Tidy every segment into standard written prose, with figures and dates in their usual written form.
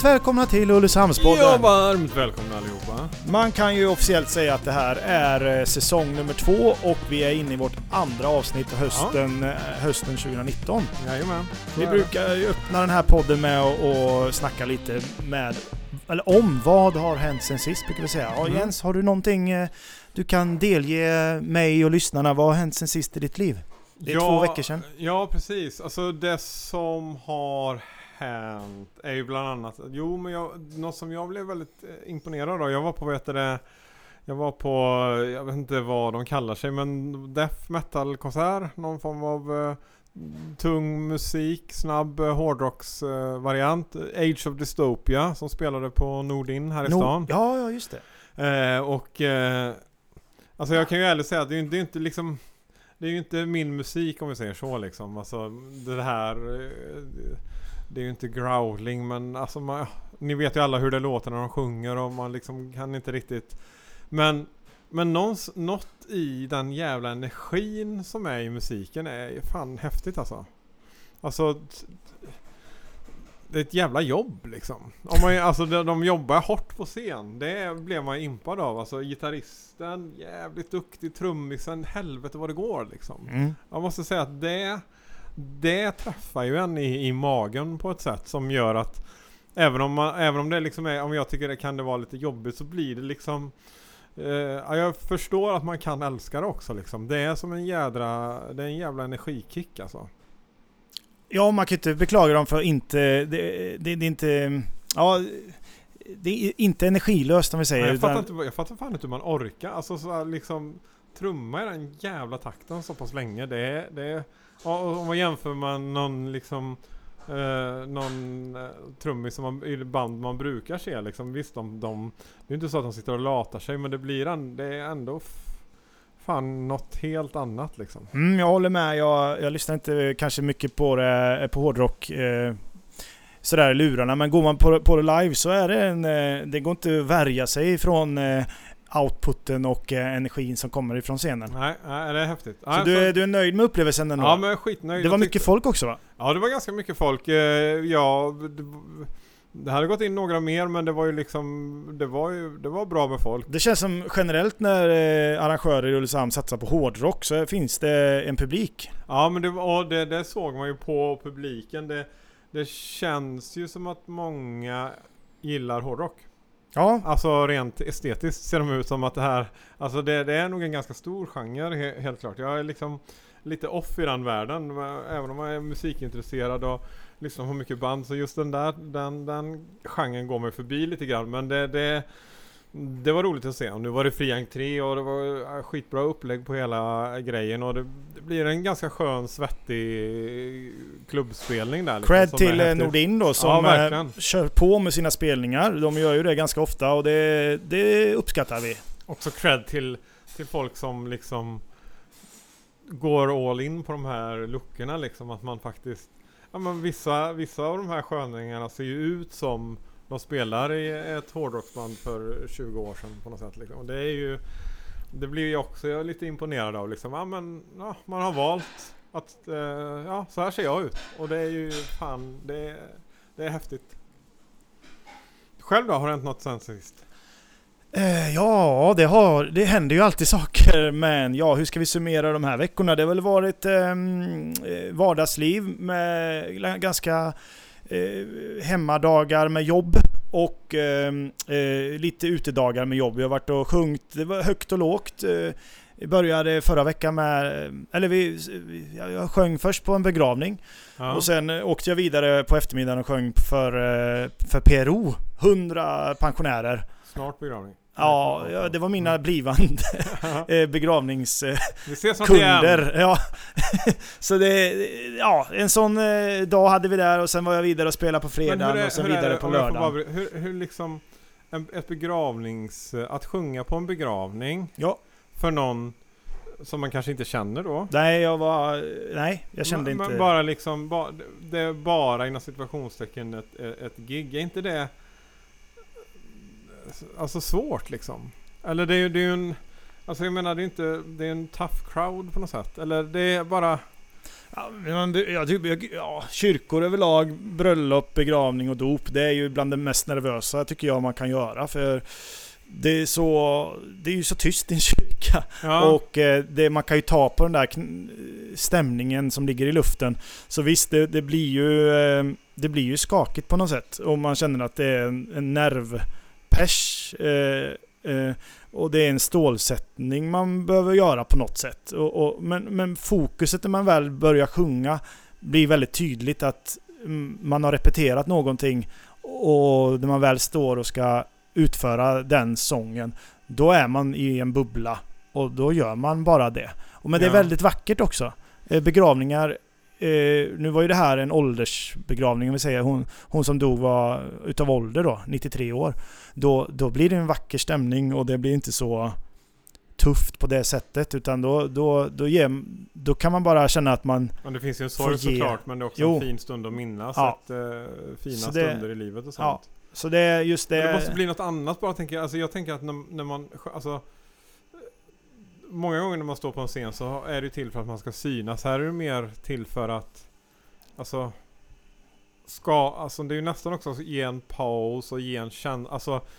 välkomna till Ulricehamnspodden. Ja, varmt välkomna allihopa. Man kan ju officiellt säga att det här är säsong nummer 2 och vi är inne i vårt andra avsnitt hösten 2019. Jajamän. Vi brukar ju öppna den här podden med att snacka lite om vad har hänt sen sist, brukar vi säga. Ja, Jens, har du någonting du kan delge mig och lyssnarna? Vad har hänt sen sist i ditt liv? Det är 2 veckor sedan. Ja, precis. Alltså det som har hänt är ju bland annat... något som jag blev väldigt imponerad av. Jag var på, jag vet inte vad de kallar sig, men death metal-konsert. Någon form av tung musik, snabb hårdrocks-variant. Age of Dystopia som spelade på Nordin här i stan. Ja, just det. Alltså jag kan ju ärligt säga att det är inte liksom... Det är ju inte min musik om vi säger så liksom. Alltså det här... Det är ju inte growling, men alltså ni vet ju alla hur det låter när de sjunger och man liksom kan inte riktigt... Men något i den jävla energin som är i musiken är fan häftigt alltså. Alltså det är ett jävla jobb liksom. De jobbar hårt på scen. Det blev man impad av. Alltså gitarristen, jävligt duktig, trummisen, helvete vad det går liksom. Jag måste säga att det träffar ju en i magen på ett sätt som gör att även om det liksom är, om jag tycker det kan det vara lite jobbigt, så blir det liksom jag förstår att man kan älska det också liksom. Det är som en jävla energikick alltså. Ja, man kan inte beklaga dem för inte det är inte det är inte energilöst om vi säger. Jag fattar fan inte hur man orkar alltså så liksom trumma i den jävla takten så pass länge. Det om man jämför med någon liksom någon trummis som i band man brukar se liksom, visst det är inte så att de sitter och latar sig, men det är ändå fan något helt annat liksom. Jag håller med. Jag lyssnar inte kanske mycket på hårdrock sådär i lurarna, men går man på det live så är det går inte att värja sig från outputen och energin som kommer ifrån scenen. Nej, det är häftigt. Så du är nöjd med upplevelsen ändå? Ja, men jag är skitnöjd. Det var mycket folk också, va? Ja, det var ganska mycket folk. Det hade gått in några mer, men det var ju liksom det var bra med folk. Det känns som generellt när arrangörer i Ulricehamn satsar på hårdrock så finns det en publik. Ja, men det såg man ju på publiken. Det känns ju som att många gillar hårdrock. Ja. Alltså rent estetiskt ser de ut som att det här... Alltså det är nog en ganska stor genre, helt klart. Jag är liksom lite off i den världen. Även om jag är musikintresserad och lyssnar på mycket band. Så just den genren går mig förbi lite grann. Men det var roligt att se. Och nu var det fri entré och det var skitbra upplägg på hela grejen. Och det blir en ganska skön, svettig klubbspelning där. Liksom, cred till Nordin då som kör på med sina spelningar. De gör ju det ganska ofta och det uppskattar vi. Också cred till folk som liksom går all in på de här luckorna. Liksom, att man faktiskt... Ja, men vissa av de här sköningarna ser ju ut som... De spelar i ett hårdrocksband för 20 år sedan på något sätt liksom. Och det blir ju också jag är lite imponerad av liksom. Man har valt att så här ser jag ut. Och det är ju fan det är häftigt. Själv då, har det hänt något sen sist? Ja, det händer ju alltid saker, men hur ska vi summera de här veckorna? Det har väl varit vardagsliv med ganska hemmadagar med jobb och lite utedagar med jobb. Jag har varit och sjungit, det var högt och lågt. Började förra veckan med, jag sjöng först på en begravning och sen åkte jag vidare på eftermiddagen och sjöng för PRO, 100 pensionärer. Snart begravning. Ja, det var mina blivande begravningskunder. Ja. Så en sån dag hade vi där och sen var jag vidare och spelade på fredagen och sen vidare på lördagen. Hur liksom ett att sjunga på en begravning för någon som man kanske inte känner då? Nej, jag kände inte. Men bara liksom det är bara inom situationstecken ett gig. Är inte det alltså svårt liksom? Eller det är ju en... Alltså jag menar, det är en tough crowd på något sätt. Eller det är bara... Kyrkor överlag, bröllop, begravning och dop, det är ju bland det mest nervösa tycker jag man kan göra, för det är ju så tyst i en kyrka. Och man kan ju ta på den där stämningen som ligger i luften. Så visst, det blir ju skakigt på något sätt, och man känner att det är en nervpers, och det är en stålsättning man behöver göra på något sätt. Men fokuset när man väl börjar sjunga blir väldigt tydligt, att man har repeterat någonting, och när man väl står och ska utföra den sången, då är man i en bubbla, och då gör man bara det. Men det är väldigt vackert också. Begravningar, nu var ju det här en åldersbegravning, vill säga hon som dog var utav ålder då, 93 år. Då blir det en vacker stämning, och det blir inte så tufft på det sättet, utan då kan man bara känna att man... Men det finns ju en sorg såklart, men det är också en fin stund att minnas, fina stunder i livet och sånt. Ja. Så det är just det... Men det måste bli något annat bara, tänker jag. Alltså jag tänker att när man... Alltså, många gånger när man står på en scen så är det till för att man ska synas. Här är det mer till för att... Alltså det är ju nästan också att ge en paus och ge en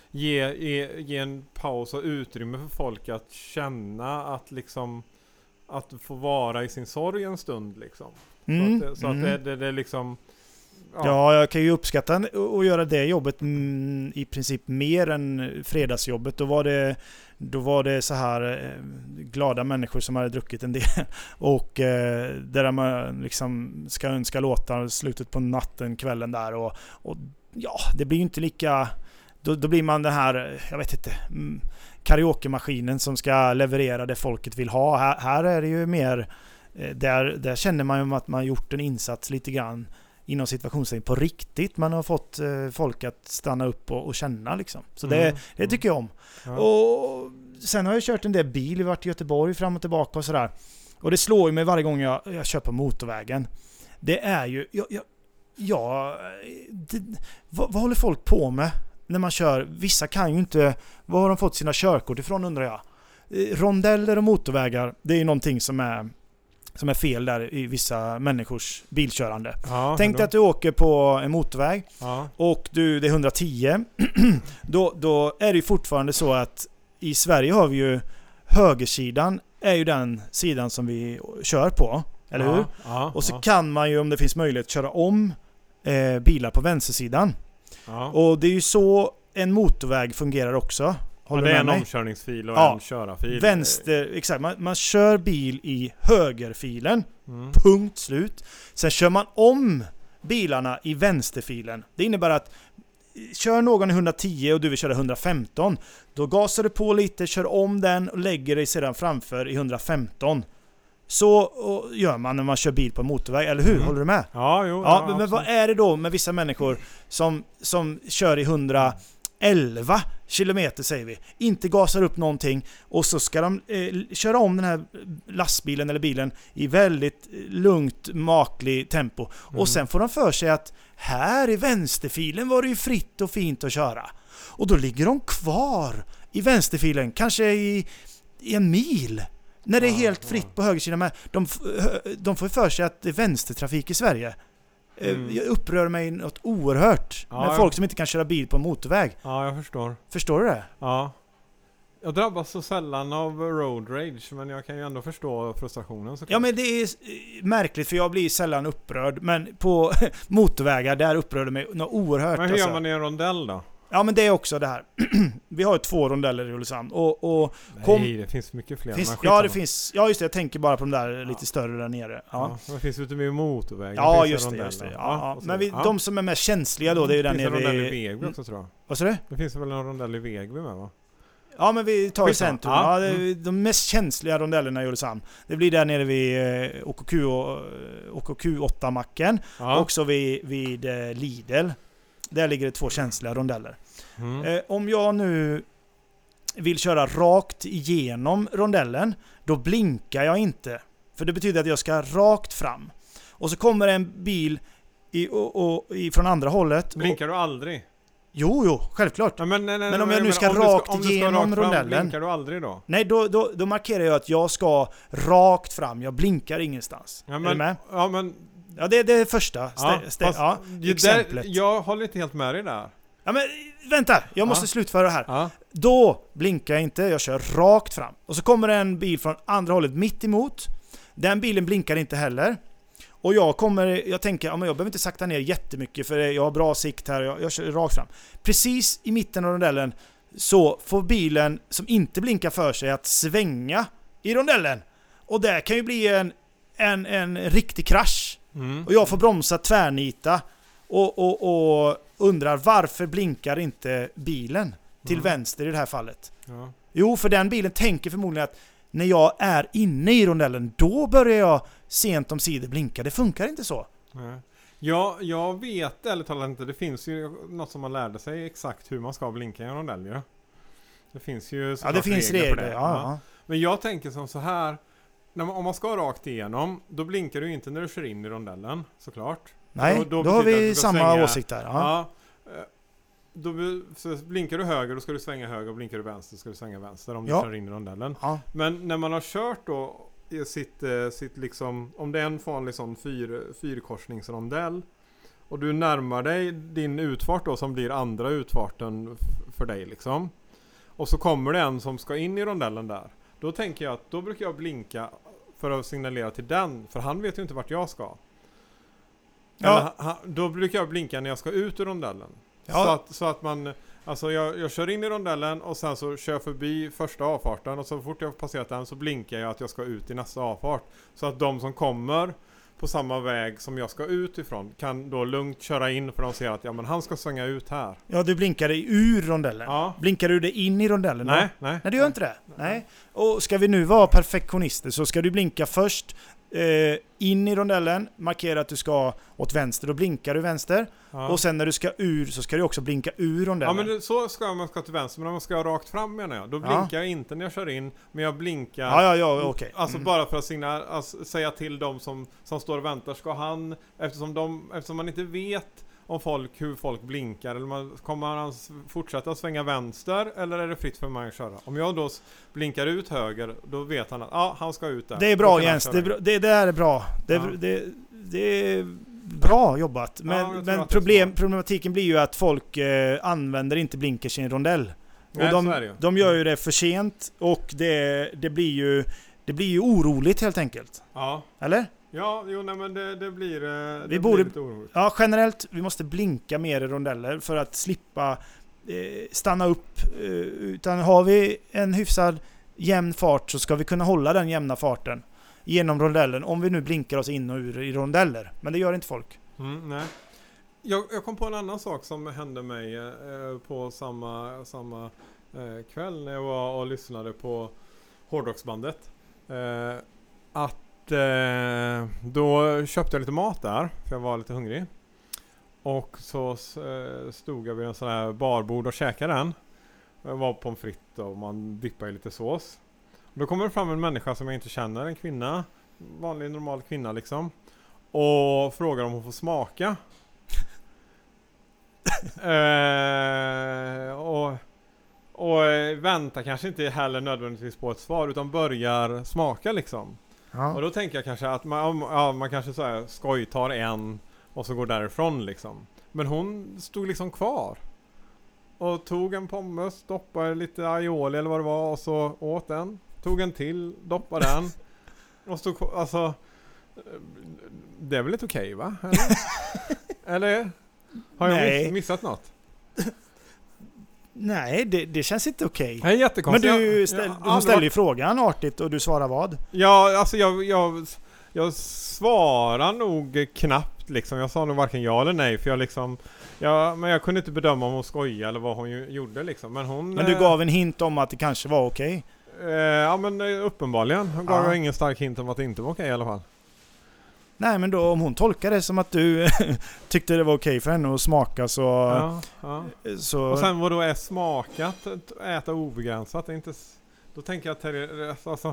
ge en paus och utrymme för folk att känna att liksom... Att få vara i sin sorg en stund liksom. Så att det är liksom... Ja, jag kan ju uppskatta att göra det jobbet i princip mer än fredagsjobbet. Då var det så här glada människor som hade druckit en del, och där man liksom ska önska låtar slutet på natten, kvällen där, och ja, det blir ju inte lika, då blir man den här, jag vet inte, karaoke-maskinen som ska leverera det folket vill ha. Här är det ju mer, där känner man ju att man har gjort en insats lite grann inom situationen på riktigt. Man har fått folk att stanna upp och känna liksom. Så det tycker jag om. Ja. Och sen har jag kört en del bil, varit i Göteborg fram och tillbaka och sådär. Och det slår ju mig varje gång jag kör på motorvägen. Det är ju... vad håller folk på med när man kör? Vissa kan ju inte... Vad har de fått sina körkort ifrån, undrar jag? Rondeller och motorvägar, det är ju någonting som är fel där i vissa människors bilkörande. Ja, tänk dig att du åker på en motorväg och det är 110. då är det ju fortfarande så att i Sverige har vi ju högersidan är ju den sidan som vi kör på, eller hur? Och så kan man ju, om det finns möjlighet, köra om bilar på vänstersidan. Och det är ju så en motorväg fungerar också. Och det är en omkörningsfil och en körarfil. Vänster, exakt. Man kör bil i högerfilen. Punkt slut. Sen kör man om bilarna i vänsterfilen. Det innebär att kör någon i 110 och du vill köra 115. Då gasar du på lite, kör om den och lägger dig sedan framför i 115. Så gör man när man kör bil på motorväg, eller hur? Håller du med? Ja, men vad är det då med vissa människor som kör i 111 kilometer, säger vi, inte gasar upp någonting, och så ska de köra om den här lastbilen eller bilen i väldigt lugnt, maklig tempo. Och sen får de för sig att här i vänsterfilen var det ju fritt och fint att köra. Och då ligger de kvar i vänsterfilen, kanske i en mil, när det är helt fritt på högersidan. Men de får för sig att det är vänstertrafik i Sverige. Jag upprör mig något oerhört med folk som inte kan köra bil på en motorväg. Ja, jag förstår. Förstår du det? Ja. Jag drabbas så sällan av road rage, men jag kan ju ändå förstå frustrationen. Ja, men det är märkligt, för jag blir sällan upprörd. Men på motorvägar, där upprör det mig något oerhört. Men hur gör man i en rondell då? Ja, men det är också det här. Vi har ju 2 rondeller i Ulricehamn. Nej, det finns mycket fler. Det finns. Ja, just det. Jag tänker bara på de där lite större där nere. Ja. Det finns ute med motorvägen. Ja, just det. Ja. Men de som är mest känsliga då, det är ju där nere. Det finns en rondell i Vegby också, tror jag. Vad sa du? Det finns väl en rondell i Vegby med, va? Ja, men vi tar i centrum. De mest känsliga rondellerna i Ulricehamn. Det blir där nere vid OKQ8-macken. Också vid Lidl. Där ligger det 2 känsliga rondeller. Om jag nu vill köra rakt igenom rondellen, då blinkar jag inte. För det betyder att jag ska rakt fram. Och så kommer en bil från andra hållet. Blinkar du aldrig? Jo, självklart. Ja, Men om jag nu ska rakt igenom rondellen... blinkar du aldrig då? Nej, då markerar jag att jag ska rakt fram. Jag blinkar ingenstans. Ja, är du med? Ja, men... Ja, det är det första exemplet. Jag håller inte helt med dig där. Ja, men vänta. Jag måste slutföra det här. Ja. Då blinkar jag inte. Jag kör rakt fram. Och så kommer en bil från andra hållet mitt emot. Den bilen blinkar inte heller. Och jag tänker, jag behöver inte sakta ner jättemycket för jag har bra sikt här. Jag kör rakt fram. Precis i mitten av rondellen så får bilen som inte blinkar för sig att svänga i rondellen. Och det kan ju bli en riktig krasch. Och jag får bromsa tvärnita och undrar varför blinkar inte bilen till vänster i det här fallet. Ja. Jo, för den bilen tänker förmodligen att när jag är inne i rondellen, då börjar jag sent om sidor blinka. Det funkar inte så. Nej. Ja, jag vet eller talar inte. Det finns ju något som man lärde sig exakt hur man ska blinka i en rondell. Ja? Det finns ju det finns regler på det. Ja. Men jag tänker som så här. Om man ska rakt igenom, då blinkar du inte när du kör in i rondellen, såklart. Nej, då har vi samma åsikt där. Ja. Så blinkar du höger, då ska du svänga höger, och blinkar du vänster, ska du svänga vänster om du kör in i rondellen. Ja. Men när man har kört då sitt liksom, om det är en vanlig sån fyrkorsningsrondell och du närmar dig din utfart då som blir andra utfarten för dig liksom. Och så kommer det en som ska in i rondellen där. Då tänker jag att då brukar jag blinka för att signalera till den, för han vet ju inte vart jag ska. Ja. Då brukar jag blinka när jag ska ut ur rondellen. Ja. Så att man, alltså jag kör in i rondellen och sen så kör jag förbi första avfarten och så fort jag har passerat den så blinkar jag att jag ska ut i nästa avfart. Så att de som kommer på samma väg som jag ska ut ifrån kan då lugnt köra in för de ser att men han ska svänga ut här. Ja, du blinkar dig ur rondellen. Ja. Blinkar du dig in i rondellen? Nej. Nej, du gör inte det. Nej. Och ska vi nu vara perfektionister så ska du blinka först in i rondellen, markera att du ska åt vänster, då blinkar du vänster. Ja. Och sen när du ska ur så ska du också blinka ur rondellen. Ja, men så ska man till vänster, men om man ska rakt fram menar jag. Då blinkar jag inte när jag kör in, men jag blinkar. Ja, okej. Alltså bara för att säga till dem som står och väntar, ska han, eftersom man inte vet om hur folk blinkar, eller kommer han fortsätta svänga vänster eller är det fritt för mig att köra? Om jag då blinkar ut höger, då vet han att han ska ut där. Det är bra Jens, det där är bra. Det är bra jobbat. Men problematiken blir ju att folk använder inte blinkers i en rondell. Nej, och de gör ju det för sent och det blir ju oroligt helt enkelt. Ja. Eller? Ja, men det blir lite oroligt. Ja, generellt, vi måste blinka mer i rondeller för att slippa stanna upp. Utan har vi en hyfsad jämn fart så ska vi kunna hålla den jämna farten genom rondellen. Om vi nu blinkar oss in och ur i rondeller. Men det gör inte folk. Nej. Jag kom på en annan sak som hände mig på samma kväll när jag var och lyssnade på hårdrocksbandet. Då köpte jag lite mat där för jag var lite hungrig. Och så stod jag vid en sån här barbord och käkade den. Jag var på en fritt och man dippade i lite sås. Och då kommer det fram en människa som jag inte känner, en kvinna, vanlig normal kvinna liksom. Och frågar om hon får smaka. Och väntar kanske inte heller nödvändigtvis på ett svar utan börjar smaka liksom. Ja. Och då tänker jag kanske att man kanske så här skojtar en och så går därifrån liksom. Men hon stod liksom kvar. Och tog en pommes, doppade lite aioli eller vad det var och så åt den. Tog en till, doppade den. Och stod kvar, alltså det är väl inte okej, va? Eller? Har jag missat något? Nej, det känns inte okej. Det är jättekonstigt. Men hon ställer ju frågan artigt och du svarar vad? Ja, alltså jag svarar nog knappt liksom. Jag sa nog varken ja eller nej för jag liksom men jag kunde inte bedöma om hon skojade eller vad hon gjorde liksom. Men du gav en hint om att det kanske var okej? Ja, men uppenbarligen. Hon gav ingen stark hint om att det inte var okej i alla fall. Nej, men då om hon tolkar det som att du tyckte det var okej för henne att smaka så... Ja. Och sen vad då är smakat, äta obegränsat, det är inte... Då tänker jag att alltså,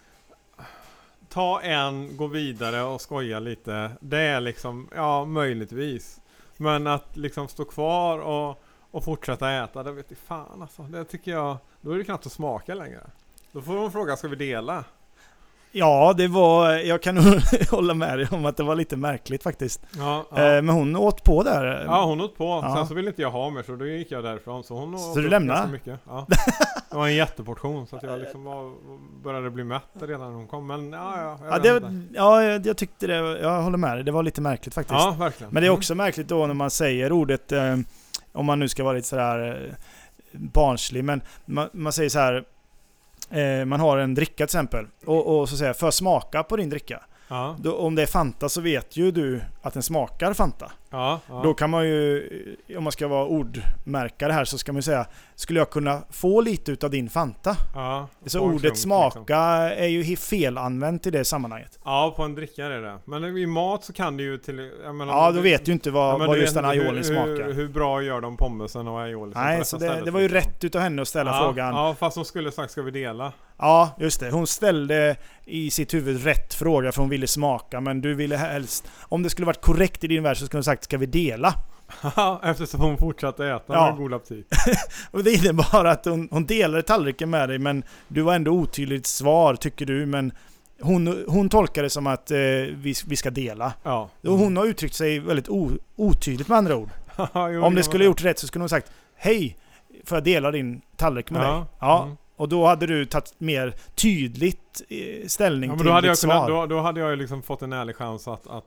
ta en, gå vidare och skoja lite. Det är liksom, möjligtvis. Men att liksom stå kvar och fortsätta äta, det vet jag fan alltså. Det tycker jag, då är det knappt att smaka längre. Då får de fråga, ska vi dela? Ja, det var, jag kan nog hålla med dig om att det var lite märkligt faktiskt. Ja. Men hon åt på där. Ja, hon åt på. Ja. Sen så ville inte jag ha mer, så då gick jag därifrån. Så hon åt du lämnade? mycket. Ja. Det var en jätteportion, så att jag liksom började bli mätt redan när hon kom. Men Jag tyckte det, jag håller med dig. Det var lite märkligt faktiskt. Ja, verkligen. Men det är också märkligt då när man säger ordet, om man nu ska vara lite sådär barnslig, men man säger så här. Man har en dricka till exempel och så säger jag, för att smaka på din dricka. Ja. Då, om det är Fanta så vet ju du att den smakar Fanta. Ja. Då kan man ju, om man ska vara ordmärkare här, så ska man ju säga, skulle jag kunna få lite utav din Fanta? Ja. Så ordet smaka liksom är ju felanvänt i det sammanhanget. Ja, på en dricka är det. Men i mat så kan det ju till... då vet du inte vad just den aioli smakar. Hur bra gör de pommesen och aioli? Nej, så det var ju rätt utav henne att ställa frågan. Ja, fast hon skulle sagt, ska vi dela? Ja, just det. Hon ställde i sitt huvud rätt fråga, för hon ville smaka, men du ville helst, om det skulle varit korrekt i din värld, så skulle hon sagt, ska vi dela? Eftersom hon fortsatte äta med god aptit. Och det innebar att hon delade tallriken med dig, men du var ändå otydligt svar, tycker du, men hon tolkade det som att vi ska dela. Ja. Och hon har uttryckt sig väldigt otydligt med andra ord. Om det skulle gjort rätt så skulle hon sagt, hej, får jag dela din tallrik med dig? Ja. Och då hade du tagit mer tydligt ställning till ditt svar. Då hade jag liksom fått en ärlig chans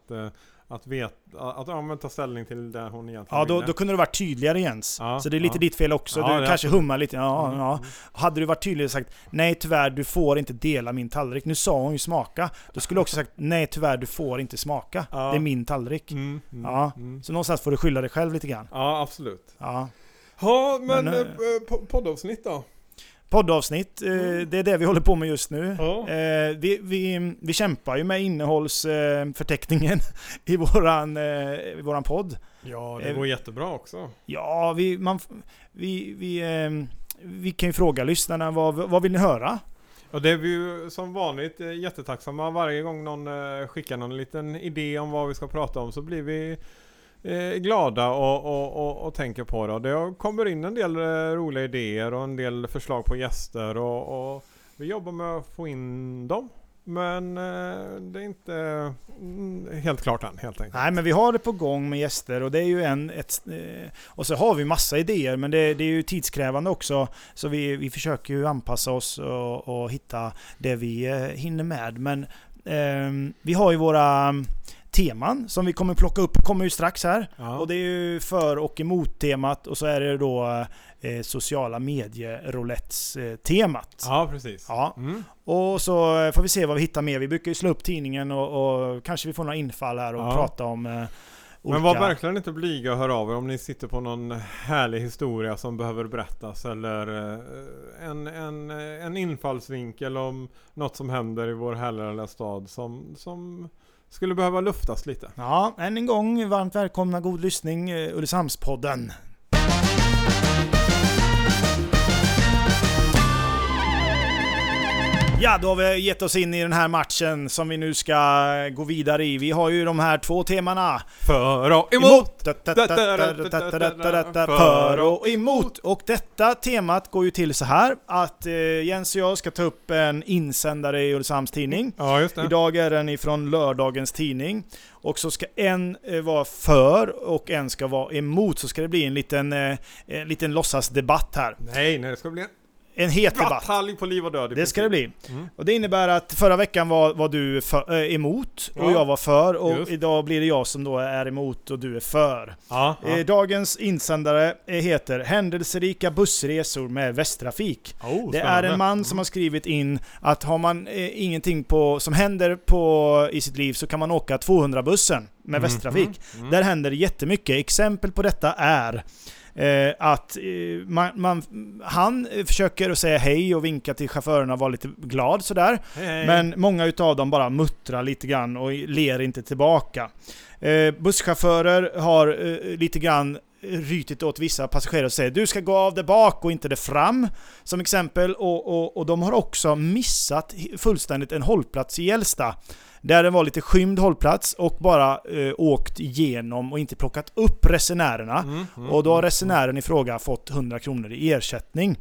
att ta ställning till det hon egentligen då kunde du varit tydligare, Jens. Så det är lite ditt fel också. Du kanske hummar lite. Hade du varit tydlig och sagt, nej tyvärr, du får inte dela min tallrik. Nu sa hon ju smaka. Då skulle du också sagt, nej tyvärr, du får inte smaka. Det är min tallrik. Så någonstans får du skylla dig själv lite grann. Ja, absolut. Ja, men poddavsnitt då? Poddavsnitt, det är det vi håller på med just nu. Vi kämpar ju med innehållsförteckningen i våran podd. Ja, det går jättebra också. Ja, vi kan ju fråga lyssnarna, vad vill ni höra? Och det är vi ju som vanligt jättetacksamma varje gång någon skickar någon liten idé om vad vi ska prata om, så blir vi glada och tänker på det. Och det kommer in en del roliga idéer och en del förslag på gäster och vi jobbar med att få in dem. Men det är inte helt klart än, helt enkelt. Nej, men vi har det på gång med gäster, och det är ju och så har vi massa idéer, men det är ju tidskrävande också, så vi försöker ju anpassa oss och hitta det vi hinner med. Men vi har ju våra teman som vi kommer plocka upp, kommer ju strax här. Och det är ju för- och emot-temat, och så är det då sociala medier-roulettes-temat. Ja, precis. Ja. Och så får vi se vad vi hittar med. Vi brukar ju slå upp tidningen och kanske vi får några infall här och prata om olika... Men var verkligen inte blyga och hör av er om ni sitter på någon härlig historia som behöver berättas, eller en infallsvinkel om något som händer i vår härliga stad som skulle behöva luftas lite. Ja, än en gång varmt välkomna, god lyssning, Ulricehamnspodden. Ja, då har vi gett oss in i den här matchen som vi nu ska gå vidare i. Vi har ju de här två temana. För och emot! För och emot. Och detta temat går ju till så här att Jens och jag ska ta upp en insändare i Ulricehamns tidning. Ja, just det. Idag är den ifrån lördagens tidning. Och så ska en vara för och en ska vara emot. Så ska det bli en liten låtsasdebatt här. Nej, det ska bli en het debatt. Batalj på liv och död. Det ska det bli. Och det innebär att förra veckan var du emot och jag var för. Och idag blir det jag som då är emot och du är för. Dagens insändare heter Händelserika bussresor med Västtrafik. Det är en man som har skrivit in att har man ingenting som händer i sitt liv, så kan man åka 200-bussen med Västtrafik. Där händer jättemycket. Exempel på detta är att han försöker att säga hej och vinka till chaufförerna och vara lite glad sådär. Hej. Men många utav dem bara muttrar lite grann och ler inte tillbaka. Busschaufförer har lite grann rytit åt vissa passagerare och säger du ska gå av där bak och inte där fram som exempel, och de har också missat fullständigt en hållplats i Gällstad där det var lite skymd hållplats och bara åkt igenom och inte plockat upp resenärerna och då har resenären i fråga fått 100 kronor i ersättning.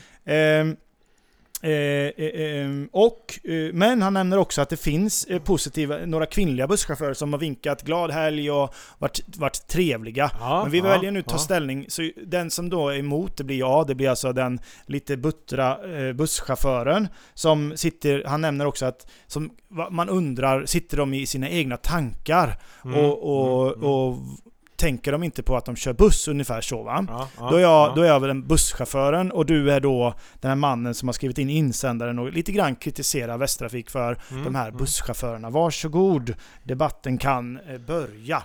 Men han nämner också att det finns några kvinnliga busschaufförer som har vinkat glad helg och varit trevliga. Men vi väljer nu ta ställning, så den som då är emot det blir alltså den lite buttra busschauffören som sitter. Han nämner också att man undrar, sitter de i sina egna tankar och tänker de inte på att de kör buss ungefär så, va? Då är jag väl den busschauffören och du är då den här mannen som har skrivit in insändaren och lite grann kritiserar Västtrafik för de här busschaufförerna. Varsågod, debatten kan börja.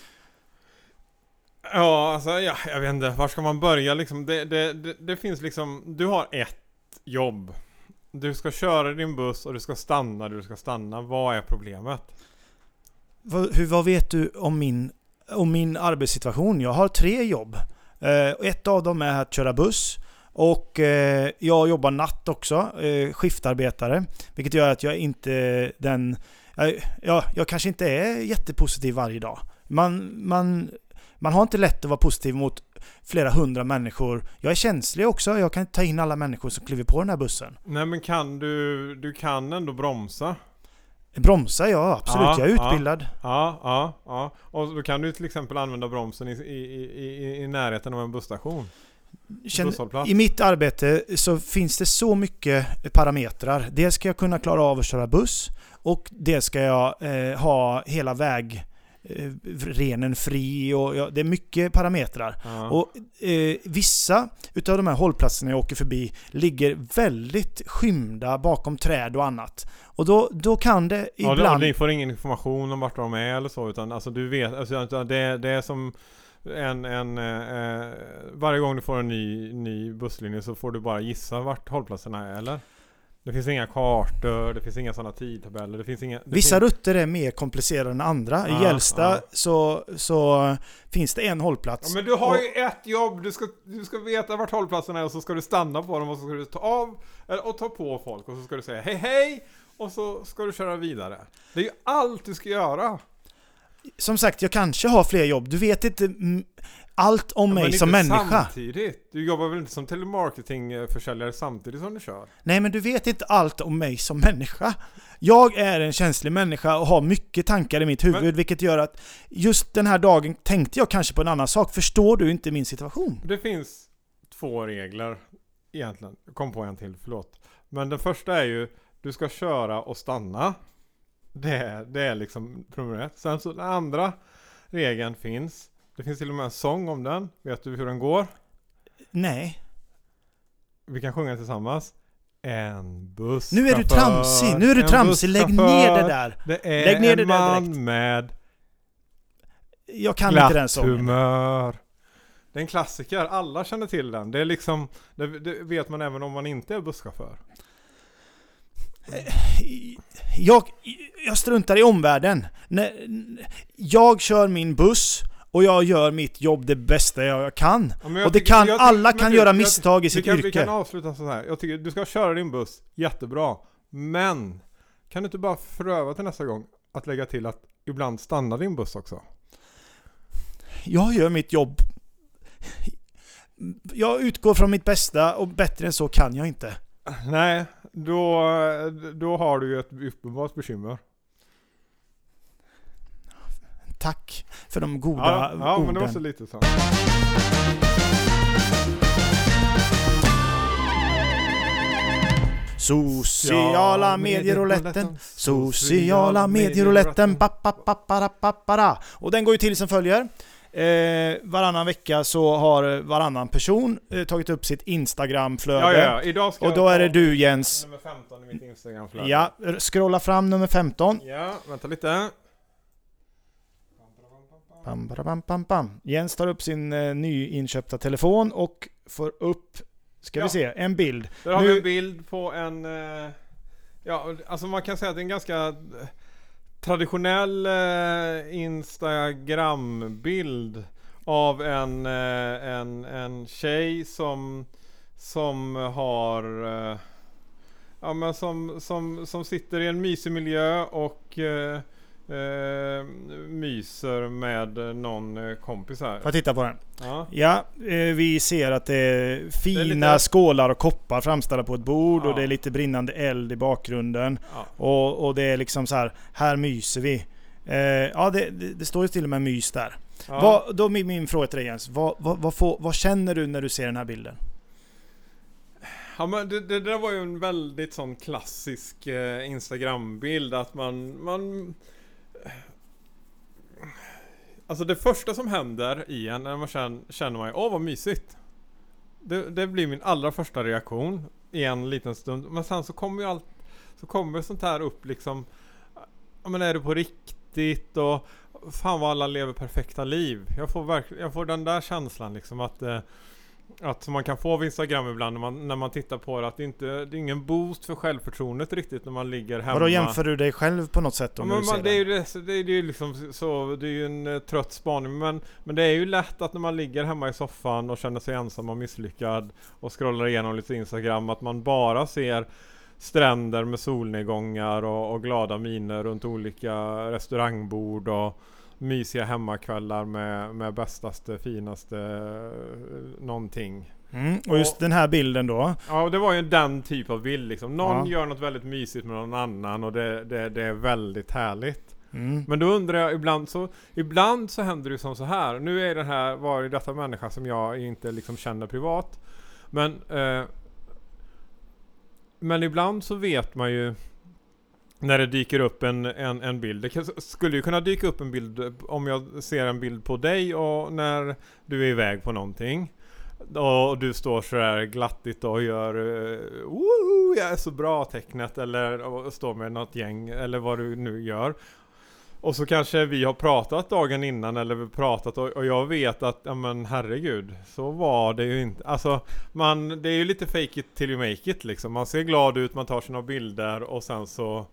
Ja, alltså jag vet inte, var ska man börja liksom? Det finns liksom, du har ett jobb. Du ska köra din buss och du ska stanna. Vad är problemet? Vad vet du om min arbetssituation? Jag har 3 jobb. Ett av dem är att köra buss och jag jobbar natt också, skiftarbetare, vilket gör att jag inte jag kanske inte är jättepositiv varje dag. Man har inte lätt att vara positiv mot flera hundra människor. Jag är känslig också. Jag kan inte ta in alla människor som kliver på den här bussen. Nej, men kan du kan ändå bromsa? Bromsa, ja, absolut. Jag är utbildad. Ja. Och då kan du till exempel använda bromsen i närheten av en busstation. I mitt arbete så finns det så mycket parametrar. Dels ska jag kunna klara av att köra buss och dels ska jag ha hela vägrenen fri och det är mycket parametrar. Och vissa utav de här hållplatserna jag åker förbi ligger väldigt skymda bakom träd och annat. Och då kan det ibland... Ja, ni får ingen information om vart de är eller så, utan alltså du vet, alltså, det är som varje gång du får en ny busslinje så får du bara gissa vart hållplatserna är, eller? Det finns inga kartor, det finns inga sådana tidtabeller, vissa rutter är mer komplicerade än andra. I Gällstad så finns det en hållplats. Ja, men du har ju ett jobb, du ska veta vart hållplatsen är och så ska du stanna på dem och så ska du ta av och ta på folk och så ska du säga hej och så ska du köra vidare. Det är ju allt du ska göra. Som sagt, jag kanske har fler jobb. Du vet inte allt om mig som människa. Samtidigt. Du jobbar väl inte som telemarketingförsäljare samtidigt som du kör? Nej, men du vet inte allt om mig som människa. Jag är en känslig människa och har mycket tankar i mitt huvud, vilket gör att just den här dagen tänkte jag kanske på en annan sak. Förstår du inte min situation? Det finns 2 regler egentligen. Jag kom på en till, förlåt. Men den första är ju, du ska köra och stanna. Det är liksom nummer 1. Sen så den andra regeln finns. Det finns till och med en sång om den. Vet du hur den går? Nej. Vi kan sjunga tillsammans. En buss. Nu är du tramsig. Lägg ner det där. Det är Lägg ner en man med jag kan inte den sången. Humör. Det är en klassiker. Alla känner till den. Det är liksom, det vet man även om man inte är busschaufför. Jag struntar i omvärlden. Jag kör min buss och jag gör mitt jobb det bästa jag kan. Ja, och alla kan göra misstag i sitt yrke. Vi kan avsluta så här. Jag tycker du ska köra din buss jättebra. Men kan du inte bara pröva till nästa gång att lägga till att ibland stanna din buss också? Jag gör mitt jobb. Jag utgår från mitt bästa och bättre än så kan jag inte. Nej, då har du ju ett uppenbart bekymmer. Tack för de goda orden. Ja, men det var så lite så. Sociala medierouletten. Sociala medierouletten. Och den går ju till som följer. Varannan vecka så har varannan person tagit upp sitt Instagram-flöde. Ja. Idag ska och då är det du, Jens. Nummer 15 i mitt Instagram-flöde. Ja, scrolla fram nummer 15. Ja, vänta lite. Pam. Jens tar upp sin nyinköpta telefon och får upp, vi se, en bild. Där har vi en bild på en alltså man kan säga att det är en ganska traditionell Instagram-bild av en tjej som har ja, men som sitter i en mysig miljö och myser med någon kompis här. Får jag titta på den? Ja. Ja, vi ser att det är fina lite... skålar och koppar framställda på ett bord, ja. och det är lite brinnande eld i bakgrunden. Ja. Och det är liksom så här myser vi. Ja, det står ju till och med mys där. Ja. Då min fråga till dig, Jens, vad känner du när du ser den här bilden? Ja, men det där var ju en väldigt sån klassisk Instagram-bild, att man alltså det första som händer i en när man känner man, vad mysigt. Det blir min allra första reaktion i en liten stund, men sen så kommer sånt här upp liksom, ja, men är det på riktigt, och fan vad alla lever perfekta liv. Jag får den där känslan liksom, att man kan få av Instagram ibland när man tittar på det, att det är ingen boost för självförtroendet riktigt när man ligger hemma. Och då jämför du dig själv på något sätt? Ja, men det är ju liksom så, det är ju en trött spaning, men det är ju lätt att när man ligger hemma i soffan och känner sig ensam och misslyckad och scrollar igenom lite Instagram, att man bara ser stränder med solnedgångar och glada miner runt olika restaurangbord och mysiga hemmakvällar med bästaste, finaste någonting. Och just den här bilden då? Ja, det var ju den typ av bild liksom. Någon gör något väldigt mysigt med någon annan, och det är väldigt härligt. Men då undrar jag, ibland så händer det som så här. Nu är var detta människa som jag inte liksom känner privat. Men ibland så vet man ju när det dyker upp en bild. Det skulle ju kunna dyka upp en bild om jag ser en bild på dig och när du är iväg på någonting. Och du står så där glattigt och gör jag är så bra tecknet, eller står med något gäng eller vad du nu gör. Och så kanske vi har pratat dagen innan, eller vi pratat och jag vet att, ja men herregud, så var det ju inte. Alltså, det är ju lite fake it till you make it liksom. Man ser glad ut, man tar sina bilder och sen så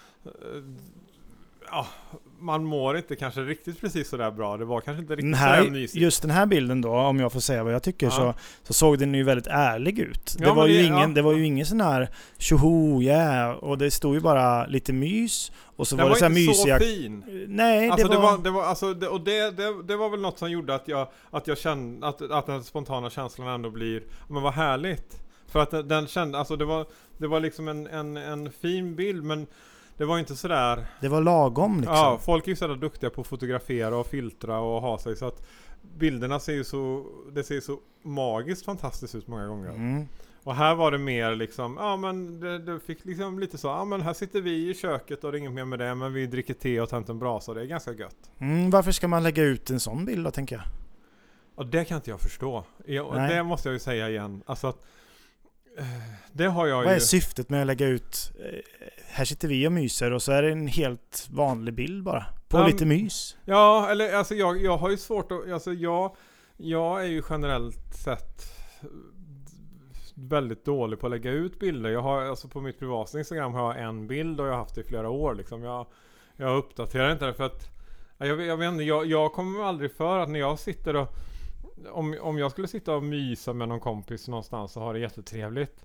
man mår inte kanske riktigt precis så där bra. Det var kanske inte riktigt så där mysigt. Just den här bilden då, om jag får säga vad jag tycker, så såg den ju väldigt ärlig ut. Ja, det var ju ingen sån här tjoho, och det stod ju bara lite mys, och så den var det så här mysiga. Så fin. Nej, alltså, det var väl något som gjorde att jag kände att den spontana känslan ändå blir, men vad härligt. För att den kände, alltså det var liksom en fin bild, men det var inte sådär. Det var lagom liksom. Ja, folk är ju sådär duktiga på att fotografera och filtra och ha sig, så att bilderna ser ju så magiskt fantastiskt ut många gånger. Och här var det mer liksom, men det fick liksom lite så, men här sitter vi i köket och det är inget mer med det, men vi dricker te och tänt en brasa, det är ganska gött. Varför ska man lägga ut en sån bild då, tänker jag? Och det kan inte jag förstå. Det måste jag ju säga igen. Alltså att det har jag. Vad är syftet med att lägga ut? Här sitter vi och myser, och så är det en helt vanlig bild bara på lite mys. Ja, eller alltså jag har ju svårt att, alltså jag är ju generellt sett väldigt dålig på att lägga ut bilder. Jag har, alltså på mitt privata Instagram har jag en bild och jag har haft det i flera år liksom. Jag uppdaterar inte det för att jag vet inte, jag kommer aldrig för att när jag sitter och om jag skulle sitta och mysa med någon kompis någonstans och ha det jättetrevligt,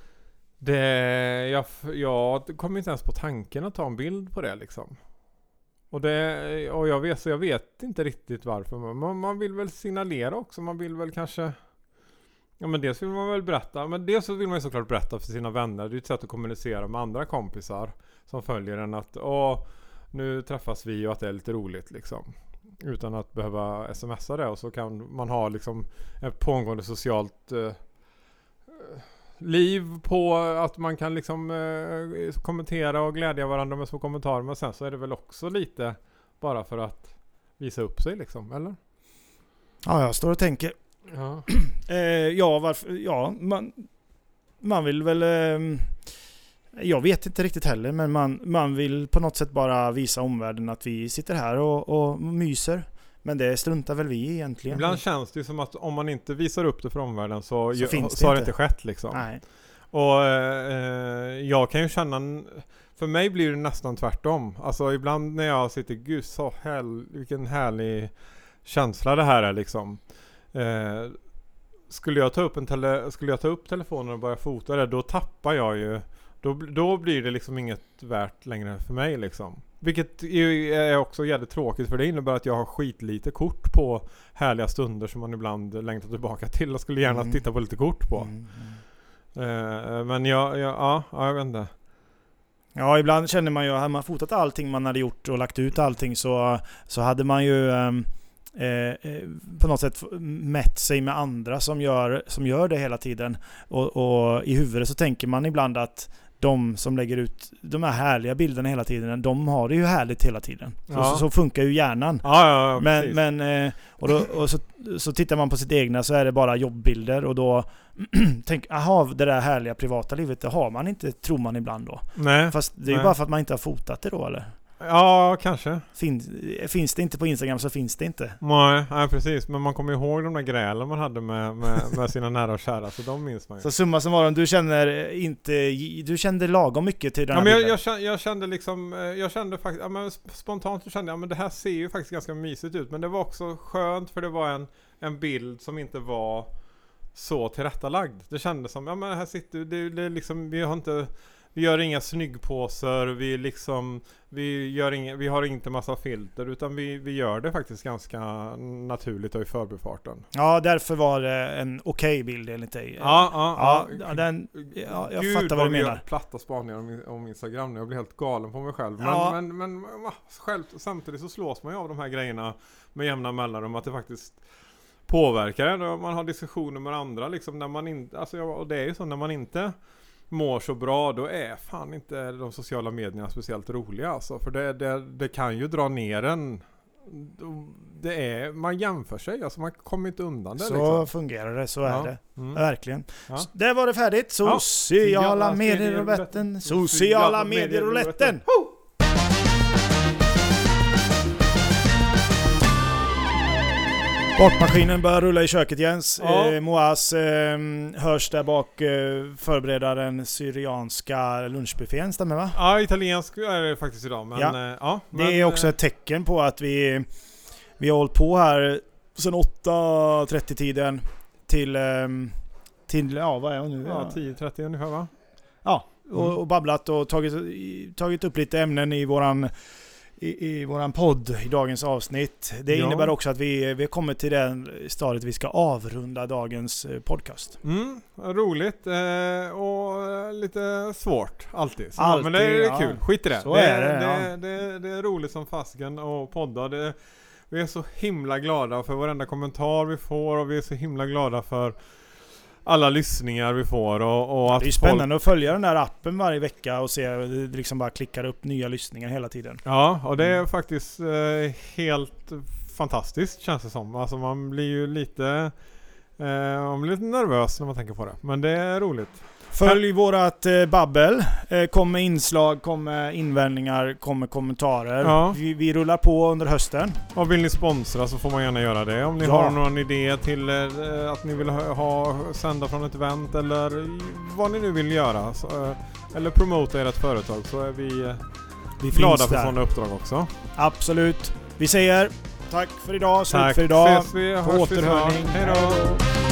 jag kommer inte ens på tanken att ta en bild på det liksom. Och jag vet inte riktigt varför. Man vill väl signalera också. Man vill väl kanske, ja men dels vill man väl berätta, men dels så vill man ju såklart berätta för sina vänner. Det är ett sätt att kommunicera med andra kompisar som följer en att nu träffas vi och att det är lite roligt liksom. Utan att behöva smsa det, och så kan man ha liksom ett pågående socialt liv på att man kan liksom kommentera och glädja varandra med små kommentarer, men sen så är det väl också lite bara för att visa upp sig liksom, eller? Ja, jag står och tänker. Ja. Varför? Ja, man vill väl jag vet inte riktigt heller, men man vill på något sätt bara visa omvärlden att vi sitter här och myser. Men det struntar väl vi egentligen. Ibland känns det ju som att om man inte visar upp det för omvärlden så har det inte skett liksom. Nej. Och jag kan ju känna, för mig blir det nästan tvärtom. Alltså ibland när jag sitter, gud så vilken härlig känsla det här är liksom. Skulle jag ta upp telefonen och börja fota det, då tappar jag ju, då blir det liksom inget värt längre för mig liksom. Vilket är också jävligt tråkigt, för det innebär att jag har skitlite kort på härliga stunder som man ibland längtar tillbaka till och skulle gärna titta på lite kort på. Men jag vet inte. Ja, ibland känner man ju, hade man fotat allting man hade gjort och lagt ut allting så hade man ju på något sätt mätt sig med andra som gör det hela tiden. Och i huvudet så tänker man ibland att de som lägger ut de här härliga bilderna hela tiden, de har det ju härligt hela tiden. Så funkar ju hjärnan. Ja, men så tittar man på sitt egna så är det bara jobbbilder, och då det där härliga privata livet, det har man inte, tror man ibland då. Nej. Fast det är ju bara för att man inte har fotat det då, eller? Ja, kanske. Finns det inte på Instagram så finns det inte. Nej, precis. Men man kommer ihåg de där grälen man hade med sina nära och kära, så de minns man ju. Så summa summarum, du kände lagom mycket till den här bilden? Jag kände faktiskt, spontant så kände jag, men det här ser ju faktiskt ganska mysigt ut. Men det var också skönt, för det var en bild som inte var så tillrättalagd. Det kändes som, här sitter det är liksom, vi gör inga snyggpåser, vi har inte massa filter, utan vi gör det faktiskt ganska naturligt och i förbifarten. Ja, därför var det en okej bild enligt dig. Jag fattar vad du menar. Platta spaningar om Instagram nu. Jag blir helt galen på mig själv. Men själv, samtidigt så slås man ju av de här grejerna med jämna mellanrum, att det faktiskt påverkar en, och man har diskussioner med andra liksom, när man inte, och det är ju så, när man inte mår så bra, då är fan inte de sociala medierna speciellt roliga alltså, för det kan ju dra ner en. Man jämför sig, alltså man kommer inte undan det. Så liksom fungerar det, så är det. Verkligen. Ja. Där var det färdigt. Sociala medier-rouletten. Sociala medier-rouletten. Bortmaskinen börjar rulla i köket, Jens. Moaz hörs där bak, förbereda den syrianska lunchbuffén, stämmer va? Ja, italiensk är det faktiskt idag. Men, det är också ett tecken på att vi har hållit på här sedan 8:30-tiden till vad är det nu? 10:30 ungefär va? Ja, och babblat och tagit upp lite ämnen i våran podd i dagens avsnitt. Det innebär också att vi kommer till den stadiet vi ska avrunda dagens podcast. Roligt och lite svårt alltid. Men det är kul. Skit i det. Så är det. Det är roligt som fasken och podda. Vi är så himla glada för varenda kommentar vi får, och vi är så himla glada för alla lyssningar vi får, och att det är spännande att följa den där appen varje vecka och se, det liksom bara klickar upp nya lyssningar hela tiden. Ja, och det är faktiskt helt fantastiskt, känns det som. Alltså man blir ju lite nervös när man tänker på det, men det är roligt. Följ vårat babbel. Kommer inslag, kommer invändningar, kommer kommentarer. Ja. Vi rullar på under hösten. Och vill ni sponsra så får man gärna göra det. Om ni har någon idé till att ni vill sända från ett event, eller vad ni nu vill göra, eller promota ert företag, så är vi glada för sådana uppdrag också. Absolut. Vi säger tack för idag. Slut för idag. Ses vi. På återhörning. Hej då.